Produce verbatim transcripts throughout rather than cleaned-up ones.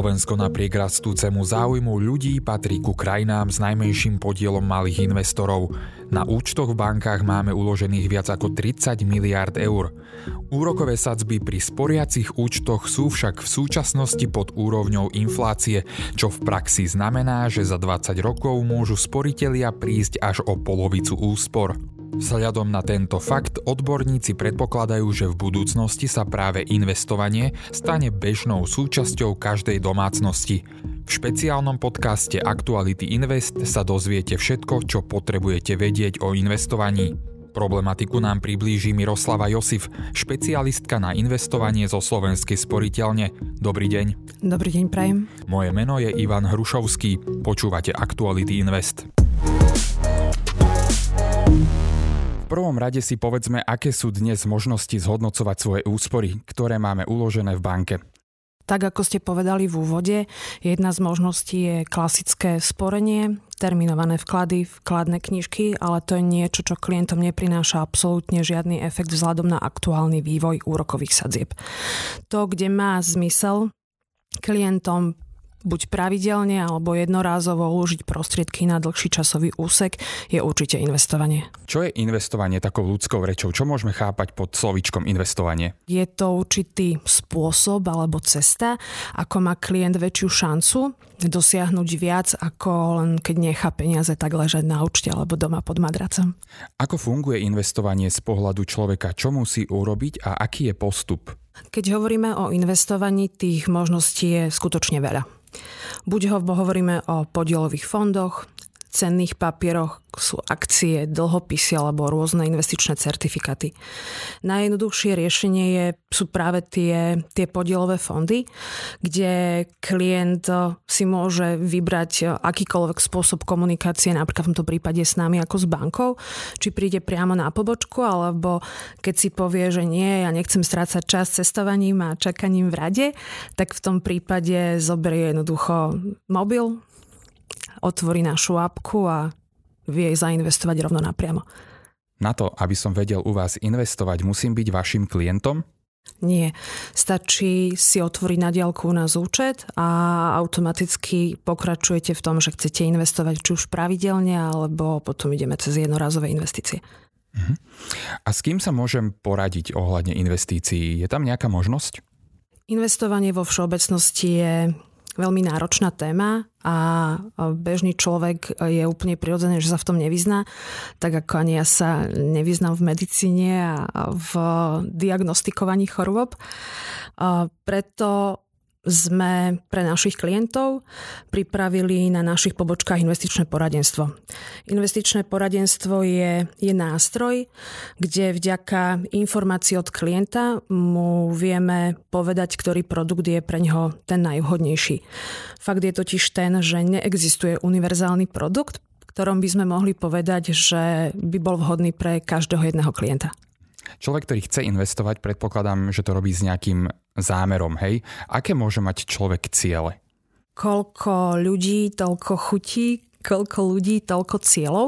Slovensko napriek rastúcemu záujmu ľudí patrí ku krajinám s najmenším podielom malých investorov. Na účtoch v bankách máme uložených viac ako tridsať miliárd eur. Úrokové sadzby pri sporiacich účtoch sú však v súčasnosti pod úrovňou inflácie, čo v praxi znamená, že za dvadsať rokov môžu sporitelia prísť až o polovicu úspor. Vzhľadom na tento fakt odborníci predpokladajú, že v budúcnosti sa práve investovanie stane bežnou súčasťou každej domácnosti. V špeciálnom podcaste Aktuality Invest sa dozviete všetko, čo potrebujete vedieť o investovaní. Problematiku nám priblíži Miroslava Josif, špecialistka na investovanie zo Slovenskej sporiteľne. Dobrý deň. Dobrý deň, prajem. Moje meno je Ivan Hrušovský. Počúvate Aktuality Invest. V prvom rade si povedzme, aké sú dnes možnosti zhodnocovať svoje úspory, ktoré máme uložené v banke. Tak ako ste povedali v úvode, jedna z možností je klasické sporenie, terminované vklady, vkladné knižky, ale to je niečo, čo klientom neprináša absolútne žiadny efekt vzhľadom na aktuálny vývoj úrokových sadzieb. To, kde má zmysel klientom buď pravidelne alebo jednorázovo uložiť prostriedky na dlhší časový úsek, je určite investovanie. Čo je investovanie takou ľudskou rečou? Čo môžeme chápať pod slovíčkom investovanie? Je to určitý spôsob alebo cesta, ako má klient väčšiu šancu dosiahnuť viac, ako len keď nechá peniaze tak ležať na účte alebo doma pod madracom. Ako funguje investovanie z pohľadu človeka? Čo musí urobiť a aký je postup? Keď hovoríme o investovaní, tých možností je skutočne veľa. Buď ho hovoríme o podielových fondoch, cenných papieroch, sú akcie, dlhopisy alebo rôzne investičné certifikáty. Najjednoduchšie riešenie je, sú práve tie, tie podielové fondy, kde klient si môže vybrať akýkoľvek spôsob komunikácie, napríklad v tomto prípade s nami ako s bankou, či príde priamo na pobočku, alebo keď si povie, že nie, ja nechcem strácať čas cestovaním a čakaním v rade, tak v tom prípade zoberie jednoducho mobil, otvorí našu apku a vie zainvestovať rovno napriamo. Na to, aby som vedel u vás investovať, musím byť vašim klientom? Nie. Stačí si otvoriť na diaľku u nás účet a automaticky pokračujete v tom, že chcete investovať či už pravidelne, alebo potom ideme cez jednorazové investície. Uh-huh. A s kým sa môžem poradiť ohľadne investícií? Je tam nejaká možnosť? Investovanie vo všeobecnosti je veľmi náročná téma a bežný človek je úplne prirodzené, že sa v tom nevyzná, tak ako ani ja sa nevyznám v medicíne a v diagnostikovaní chorôb. Preto sme pre našich klientov pripravili na našich pobočkách investičné poradenstvo. Investičné poradenstvo je, je nástroj, kde vďaka informácii od klienta mu vieme povedať, ktorý produkt je pre ňoho ten najvhodnejší. Fakt je totiž ten, že neexistuje univerzálny produkt, ktorom by sme mohli povedať, že by bol vhodný pre každého jedného klienta. Človek, ktorý chce investovať, predpokladám, že to robí s nejakým zámerom, hej? Aké môže mať človek ciele? Koľko ľudí, toľko chutí, koľko ľudí, toľko cieľov.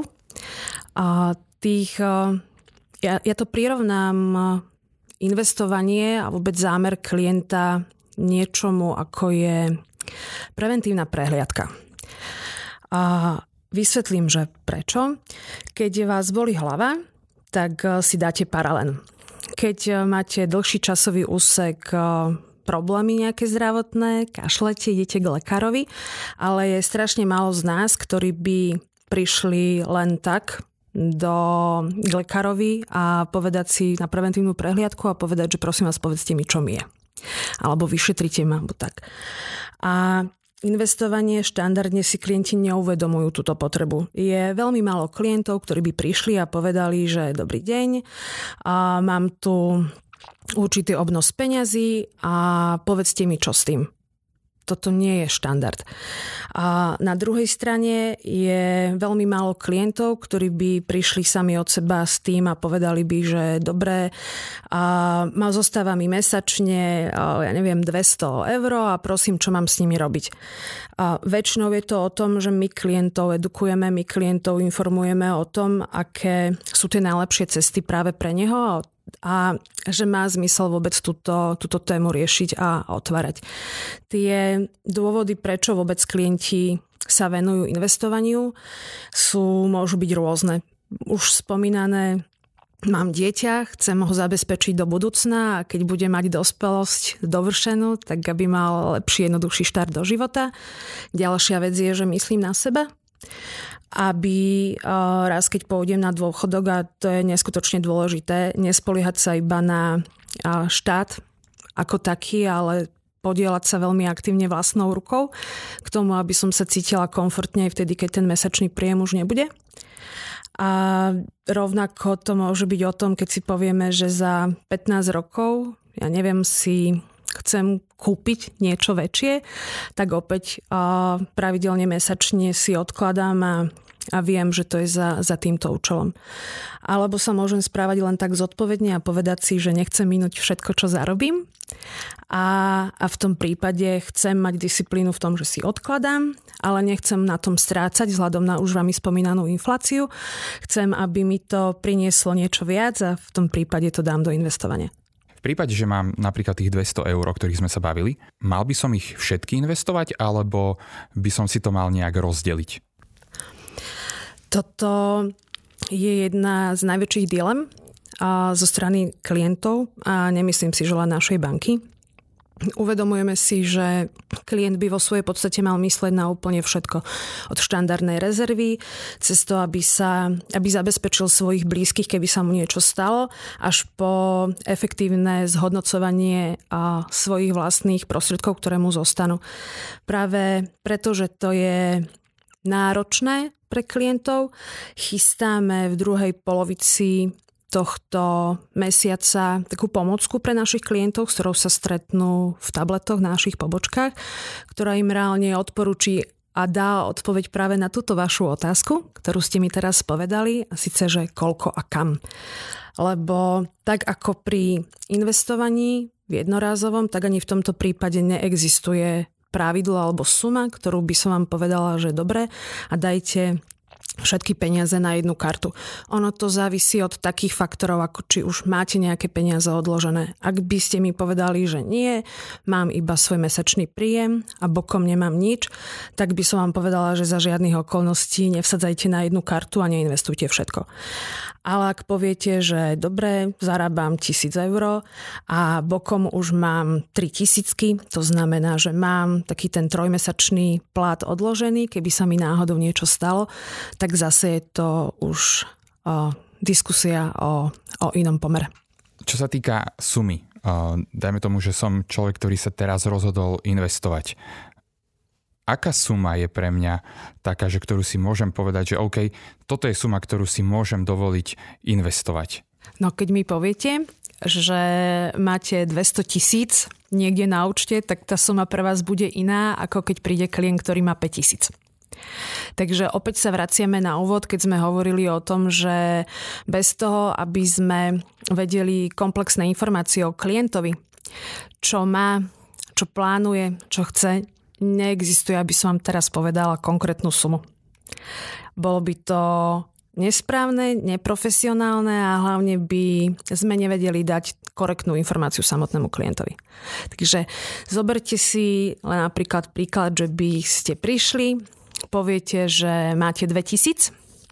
A tých, ja, ja to prirovnám investovanie a vôbec zámer klienta niečomu, ako je preventívna prehliadka. A vysvetlím, že prečo. Keď vás bolí hlava, tak si dáte paralen. Keď máte dlhší časový úsek, problémy nejaké zdravotné, kašlete, idete k lekárovi, ale je strašne málo z nás, ktorí by prišli len tak do k lekárovi a povedať si na preventívnu prehliadku a povedať, že prosím vás, povedzte mi, čo mi je. Alebo vyšetrite ma, alebo tak. A investovanie štandardne si klienti neuvedomujú túto potrebu. Je veľmi málo klientov, ktorí by prišli a povedali, že dobrý deň, a mám tu určitý obnos peňazí a povedzte mi, čo s tým. Toto nie je štandard. A na druhej strane je veľmi málo klientov, ktorí by prišli sami od seba s tým a povedali by, že dobre, a ma zostáva mi mesačne, ja neviem, dvesto eur a prosím, čo mám s nimi robiť. A väčšinou je to o tom, že my klientov edukujeme, my klientov informujeme o tom, aké sú tie najlepšie cesty práve pre neho. A a že má zmysel vôbec túto, túto tému riešiť a otvárať. Tie dôvody, prečo vôbec klienti sa venujú investovaniu, sú, môžu byť rôzne. Už spomínané, mám dieťa, chcem ho zabezpečiť do budúcna a keď bude mať dospelosť dovršenú, tak aby mal lepší, jednoduchší štart do života. Ďalšia vec je, že myslím na seba, aby raz, keď pôjdem na dôchodok, a to je neskutočne dôležité, nespoliehať sa iba na štát ako taký, ale podieľať sa veľmi aktívne vlastnou rukou k tomu, aby som sa cítila komfortne aj vtedy, keď ten mesačný príjem už nebude. A rovnako to môže byť o tom, keď si povieme, že za pätnásť rokov, ja neviem, si chcem kúpiť niečo väčšie, tak opäť pravidelne mesačne si odkladám a, a viem, že to je za, za týmto účelom. Alebo sa môžem správať len tak zodpovedne a povedať si, že nechcem minúť všetko, čo zarobím. A, a v tom prípade chcem mať disciplínu v tom, že si odkladám, ale nechcem na tom strácať vzhľadom na už vami spomínanú infláciu. Chcem, aby mi to prinieslo niečo viac a v tom prípade to dám do investovania. V prípade, že mám napríklad tých dvesto eur, o ktorých sme sa bavili, mal by som ich všetky investovať, alebo by som si to mal nejak rozdeliť? Toto je jedna z najväčších dilem zo strany klientov a nemyslím si, že len našej banky. Uvedomujeme si, že klient by vo svojej podstate mal myslieť na úplne všetko. Od štandardnej rezervy, cez to, aby sa, aby zabezpečil svojich blízkych, keby sa mu niečo stalo, až po efektívne zhodnocovanie a svojich vlastných prostriedkov, ktoré mu zostanú. Práve preto, že to je náročné pre klientov, chystáme v druhej polovici tohto mesiaca takú pomôcku pre našich klientov, s ktorou sa stretnú v tabletoch na našich pobočkách, ktorá im reálne odporúči a dá odpoveď práve na túto vašu otázku, ktorú ste mi teraz povedali, a síce, že koľko a kam. Lebo tak ako pri investovaní v jednorázovom, tak ani v tomto prípade neexistuje pravidlo alebo suma, ktorú by som vám povedala, že dobre a dajte všetky peniaze na jednu kartu. Ono to závisí od takých faktorov, ako či už máte nejaké peniaze odložené. Ak by ste mi povedali, že nie, mám iba svoj mesačný príjem a bokom nemám nič, tak by som vám povedala, že za žiadnych okolností nevsadzajte na jednu kartu a neinvestujte všetko. Ale ak poviete, že dobre, zarábam tisíc eur a bokom už mám tri tisícky, to znamená, že mám taký ten trojmesačný plát odložený, keby sa mi náhodou niečo stalo, tak zase je to už o, diskusia o, o inom pomere. Čo sa týka sumy, o, dajme tomu, že som človek, ktorý sa teraz rozhodol investovať. Aká suma je pre mňa taká, že ktorú si môžem povedať, že OK, toto je suma, ktorú si môžem dovoliť investovať? No keď mi poviete, že máte dvesto tisíc niekde na účte, tak tá suma pre vás bude iná, ako keď príde klient, ktorý má päť tisíc. Takže opäť sa vraciame na úvod, keď sme hovorili o tom, že bez toho, aby sme vedeli komplexné informácie o klientovi, čo má, čo plánuje, čo chce, neexistuje, aby som vám teraz povedala konkrétnu sumu. Bolo by to nesprávne, neprofesionálne a hlavne by sme nevedeli dať korektnú informáciu samotnému klientovi. Takže zoberte si len napríklad príklad, že by ste prišli, poviete, že máte dvetisíc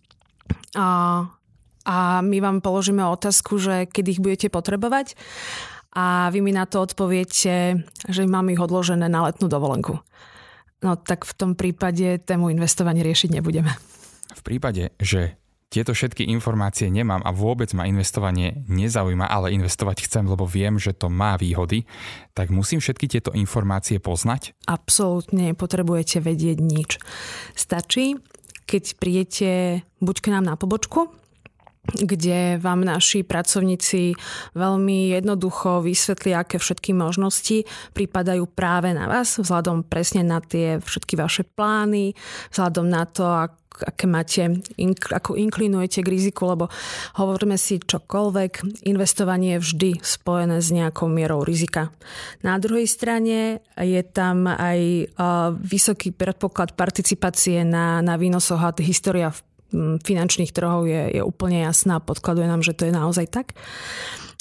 a, a my vám položíme otázku, že kedy ich budete potrebovať a vy mi na to odpoviete, že mám ich odložené na letnú dovolenku. No tak v tom prípade tému investovanie riešiť nebudeme. V prípade, že tieto všetky informácie nemám a vôbec ma investovanie nezaujíma, ale investovať chcem, lebo viem, že to má výhody, tak musím všetky tieto informácie poznať? Absolútne nepotrebujete vedieť nič. Stačí, keď prídete buď k nám na pobočku, kde vám naši pracovníci veľmi jednoducho vysvetlia, aké všetky možnosti pripadajú práve na vás, vzhľadom presne na tie všetky vaše plány, vzhľadom na to, aké máte, ako inklinujete k riziku, lebo hovoríme si čokoľvek, investovanie je vždy spojené s nejakou mierou rizika. Na druhej strane je tam aj vysoký predpoklad participácie na, na výnosoch a história v finančných trhov je, je úplne jasná a podkladuje nám, že to je naozaj tak.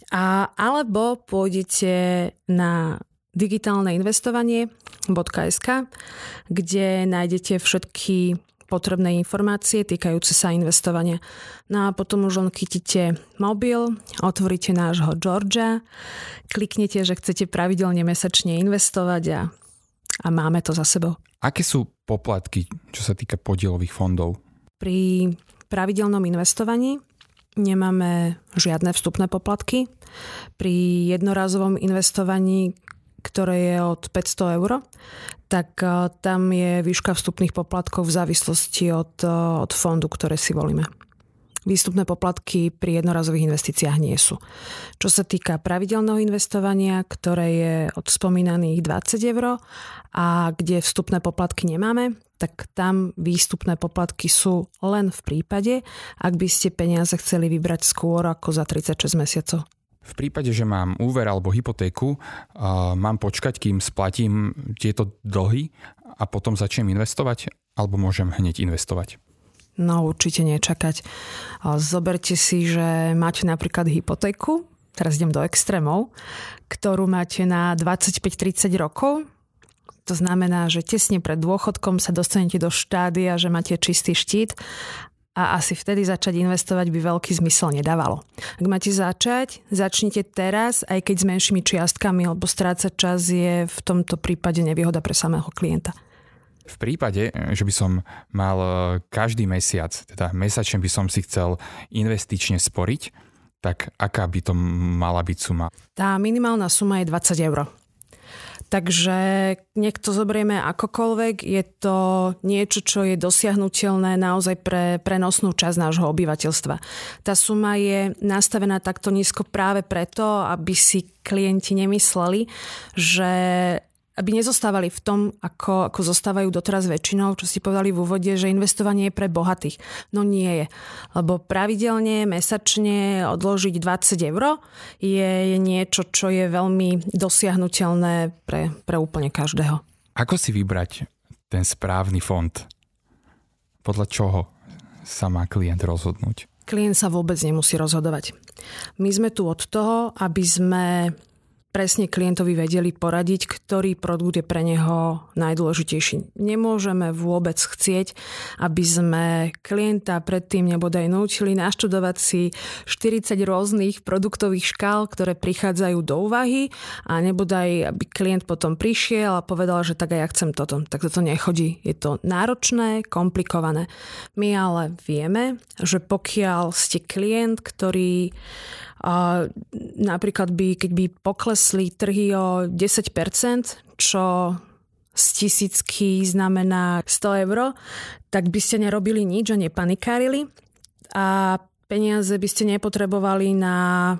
A, alebo pôjdete na digitálne investovanie bodka es ká, kde nájdete všetky potrebné informácie týkajúce sa investovania. No a potom už len chytíte mobil, otvoríte nášho Georgia, kliknete, že chcete pravidelne mesačne investovať a, a máme to za sebou. Aké sú poplatky, čo sa týka podielových fondov? Pri pravidelnom investovaní nemáme žiadne vstupné poplatky. Pri jednorázovom investovaní, ktoré je od päťsto eur, tak tam je výška vstupných poplatkov v závislosti od, od fondu, ktoré si volíme. Výstupné poplatky pri jednorazových investíciách nie sú. Čo sa týka pravidelného investovania, ktoré je od spomínaných dvadsať eur a kde vstupné poplatky nemáme, tak tam výstupné poplatky sú len v prípade, ak by ste peniaze chceli vybrať skôr ako za tridsaťšesť mesiacov. V prípade, že mám úver alebo hypotéku, uh, mám počkať, kým splatím tieto dlhy a potom začnem investovať, alebo môžem hneď investovať? No určite nečakať. Zoberte si, že máte napríklad hypotéku, teraz idem do extrémov, ktorú máte na dvadsaťpäť tridsať rokov. To znamená, že tesne pred dôchodkom sa dostanete do štádia, že máte čistý štít a asi vtedy začať investovať by veľký zmysel nedávalo. Ak máte začať, začnite teraz, aj keď s menšími čiastkami, lebo strácať čas je v tomto prípade nevýhoda pre samého klienta. V prípade, že by som mal každý mesiac, teda mesačne by som si chcel investične sporiť, tak aká by to mala byť suma? Tá minimálna suma je dvadsať eur. Takže nech to zoberieme akokoľvek, je to niečo, čo je dosiahnuteľné naozaj pre prenosnú časť nášho obyvateľstva. Tá suma je nastavená takto nízko práve preto, aby si klienti nemysleli, že aby nezostávali v tom, ako, ako zostávajú doteraz väčšinou, čo ste povedali v úvode, že investovanie je pre bohatých. No nie je. Lebo pravidelne, mesačne odložiť dvadsať eur je, je niečo, čo je veľmi dosiahnuteľné pre, pre úplne každého. Ako si vybrať ten správny fond? Podľa čoho sa má klient rozhodnúť? Klient sa vôbec nemusí rozhodovať. My sme tu od toho, aby sme presne klientovi vedeli poradiť, ktorý produkt je pre neho najdôležitejší. Nemôžeme vôbec chcieť, aby sme klienta predtým nebodaj naučili naštudovať si štyridsať rôznych produktových škál, ktoré prichádzajú do úvahy a nebodaj, aby klient potom prišiel a povedal, že tak aj ja chcem toto. Tak toto nechodí. Je to náročné, komplikované. My ale vieme, že pokiaľ ste klient, ktorý a napríklad by, keď by poklesli trhy o desať percent, čo z tisícky znamená sto eur, tak by ste nerobili nič a nepanikárili a peniaze by ste nepotrebovali na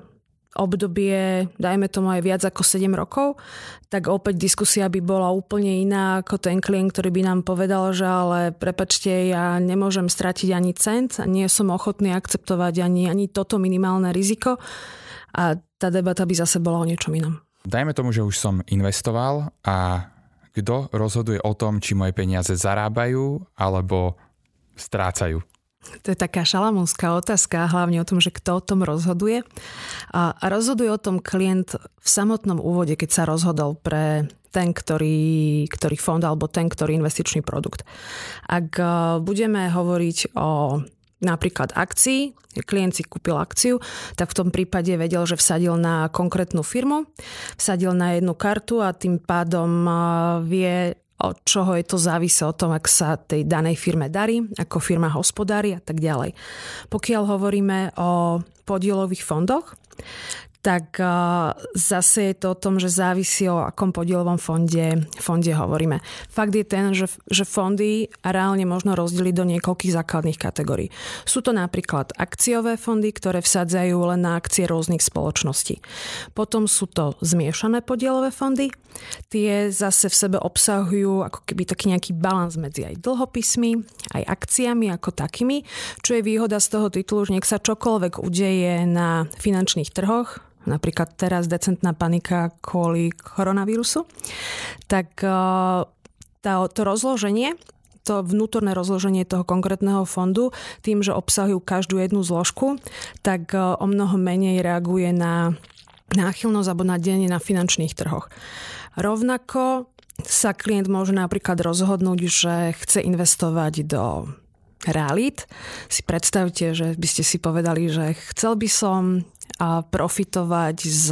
obdobie, dajme tomu aj viac ako sedem rokov, tak opäť diskusia by bola úplne iná ako ten klient, ktorý by nám povedal, že ale prepáčte, ja nemôžem stratiť ani cent a nie som ochotný akceptovať ani, ani toto minimálne riziko a tá debata by zase bola o niečom inom. Dajme tomu, že už som investoval a kto rozhoduje o tom, či moje peniaze zarábajú alebo strácajú? To je taká šalamúnska otázka, hlavne o tom, že kto o tom rozhoduje. A rozhoduje o tom klient v samotnom úvode, keď sa rozhodol pre ten, ktorý, ktorý fond alebo ten, ktorý investičný produkt. Ak budeme hovoriť o napríklad akcii, klient si kúpil akciu, tak v tom prípade vedel, že vsadil na konkrétnu firmu, vsadil na jednu kartu a tým pádom vie, od čoho je to závisí, o tom, ak sa tej danej firme darí, ako firma hospodári a tak ďalej. Pokiaľ hovoríme o podielových fondoch, tak zase je to o tom, že závisí o akom podielovom fonde, fonde hovoríme. Fakt je ten, že, že fondy reálne možno rozdeliť do niekoľkých základných kategórií. Sú to napríklad akciové fondy, ktoré vsadzajú len na akcie rôznych spoločností. Potom sú to zmiešané podielové fondy. Tie zase v sebe obsahujú ako keby taký nejaký balans medzi aj dlhopismi, aj akciami ako takými, čo je výhoda z toho titulu, že nech sa čokoľvek udeje na finančných trhoch, napríklad teraz decentná panika kvôli koronavírusu, tak tá, to rozloženie, to vnútorné rozloženie toho konkrétneho fondu, tým, že obsahujú každú jednu zložku, tak o mnoho menej reaguje na náchylnosť alebo nadenie na finančných trhoch. Rovnako sa klient môže napríklad rozhodnúť, že chce investovať do realít. Si predstavte, že by ste si povedali, že chcel by som profitovať z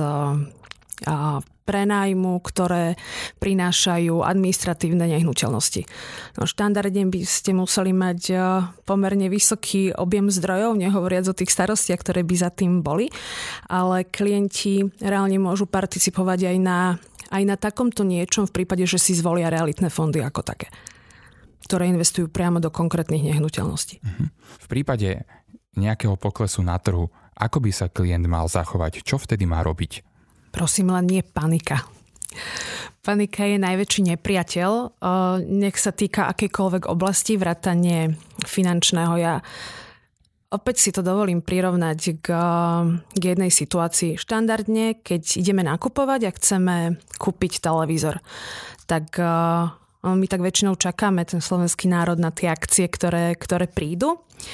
prenájmu, ktoré prinášajú administratívne nehnuteľnosti. No, štandardne by ste museli mať pomerne vysoký objem zdrojov, nehovoriac o tých starostiach, ktoré by za tým boli, ale klienti reálne môžu participovať aj na, aj na takomto niečom v prípade, že si zvolia realitné fondy ako také, ktoré investujú priamo do konkrétnych nehnuteľností. V prípade nejakého poklesu na trhu, ako by sa klient mal zachovať? Čo vtedy má robiť? Prosím, len nie panika. Panika je najväčší nepriateľ. Nech sa týka akejkoľvek oblasti, vrátane finančného. Ja opäť si to dovolím prirovnať k, k jednej situácii. Štandardne, keď ideme nakupovať a chceme kúpiť televízor, tak my tak väčšinou čakáme ten slovenský národ na tie akcie, ktoré, ktoré prídu.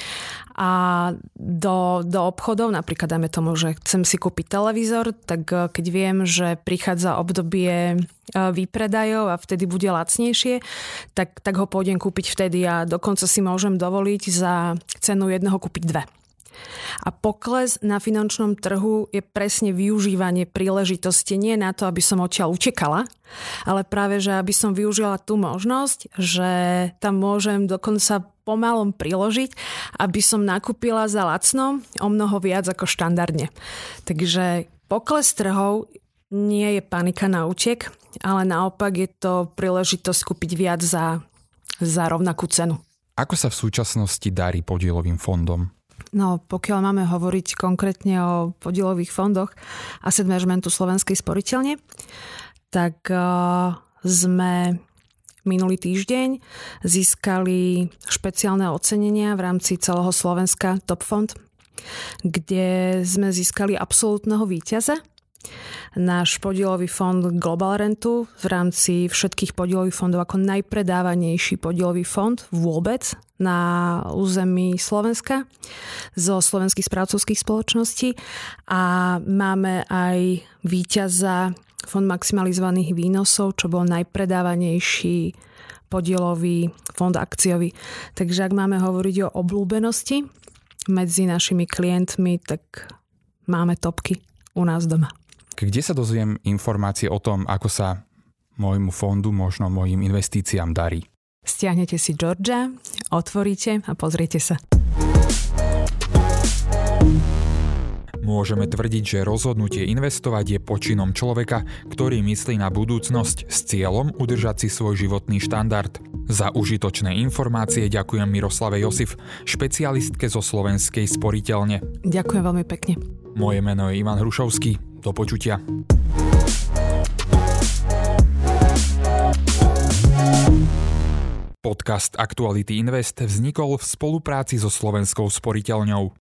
A do, do obchodov, napríklad dáme tomu, že chcem si kúpiť televízor, tak keď viem, že prichádza obdobie výpredajov a vtedy bude lacnejšie, tak, tak ho pôjdem kúpiť vtedy a dokonca si môžem dovoliť za cenu jedného kúpiť dve. A pokles na finančnom trhu je presne využívanie príležitosti nie na to, aby som odtiaľ utekala, ale práve, že aby som využila tú možnosť, že tam môžem dokonca pomalom priložiť, aby som nakúpila za lacno o mnoho viac ako štandardne. Takže pokles trhov nie je panika na útek, ale naopak je to príležitosť kúpiť viac za, za rovnakú cenu. Ako sa v súčasnosti darí podielovým fondom? No, pokiaľ máme hovoriť konkrétne o podielových fondoch asset managementu Slovenskej sporiteľne, tak uh, sme minulý týždeň získali špeciálne ocenenia v rámci celého Slovenska Top Fond, kde sme získali absolútneho víťaza. Náš podielový fond Global Rentu v rámci všetkých podielových fondov ako najpredávanejší podielový fond vôbec na území Slovenska zo slovenských správcovských spoločností a máme aj víťaza fond maximalizovaných výnosov, čo bol najpredávanejší podielový fond akciový. Takže ak máme hovoriť o obľúbenosti medzi našimi klientmi, tak máme topky u nás doma. Kde sa dozviem informácie o tom, ako sa môjmu fondu, možno mojim investíciám darí? Stiahnete si Georgia, otvoríte a pozriete sa. Môžeme tvrdiť, že rozhodnutie investovať je počinom človeka, ktorý myslí na budúcnosť s cieľom udržať si svoj životný štandard. Za užitočné informácie ďakujem Miroslave Josif, špecialistke zo Slovenskej sporiteľne. Ďakujem veľmi pekne. Moje meno je Ivan Hrušovský. Do počutia. Podcast Aktuality Invest vznikol v spolupráci so Slovenskou sporiteľňou.